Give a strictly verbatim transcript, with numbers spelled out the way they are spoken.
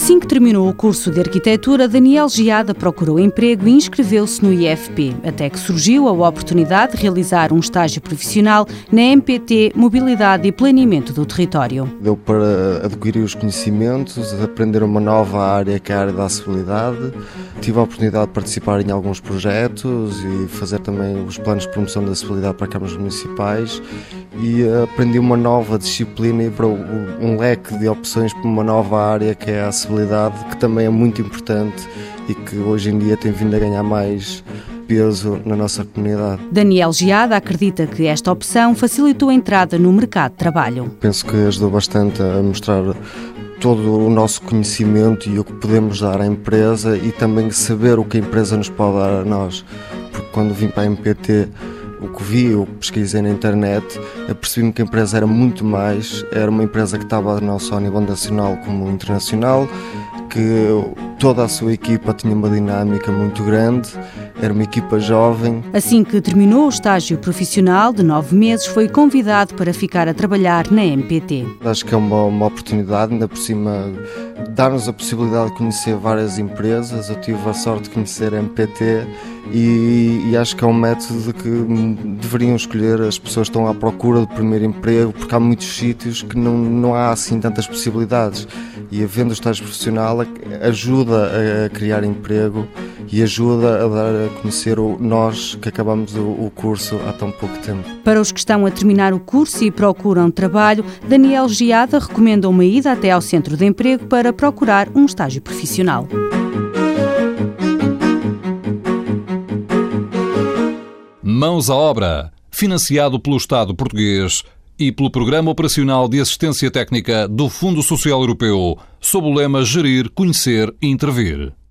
Assim que terminou o curso de arquitetura, Daniel Giada procurou emprego e inscreveu-se no I F P, até que surgiu a oportunidade de realizar um estágio profissional na M P T Mobilidade e Planeamento do Território. Deu para adquirir os conhecimentos, aprender uma nova área que é a área da acessibilidade. Tive a oportunidade de participar em alguns projetos e fazer também os planos de promoção da acessibilidade para câmaras municipais e aprendi uma nova disciplina e para um leque de opções para uma nova área que é a acessibilidade, que também é muito importante e que hoje em dia tem vindo a ganhar mais peso na nossa comunidade. Daniel Giada acredita que esta opção facilitou a entrada no mercado de trabalho. Penso que ajudou bastante a mostrar todo o nosso conhecimento e o que podemos dar à empresa e também saber o que a empresa nos pode dar a nós. Porque quando vim para a M P T, o que vi, o que pesquisei na internet, apercebi-me que a empresa era muito mais, era uma empresa que estava não só a nível nacional como internacional, que toda a sua equipa tinha uma dinâmica muito grande, era uma equipa jovem. Assim que terminou o estágio profissional de nove meses, foi convidado para ficar a trabalhar na M P T. Acho que é uma, uma oportunidade, ainda por cima, dar-nos a possibilidade de conhecer várias empresas. Eu tive a sorte de conhecer a M P T e, e acho que é um método que deveriam escolher as pessoas que estão à procura do primeiro emprego, porque há muitos sítios que não, não há assim tantas possibilidades. E havendo o estágio profissional ajuda a criar emprego e ajuda a dar a conhecer o nós que acabamos o, o curso há tão pouco tempo. Para os que estão a terminar o curso e procuram trabalho, Daniel Giada recomenda uma ida até ao centro de emprego para procurar um estágio profissional. Mãos à obra, financiado pelo Estado português e pelo Programa Operacional de Assistência Técnica do Fundo Social Europeu, sob o lema Gerir, Conhecer e Intervir.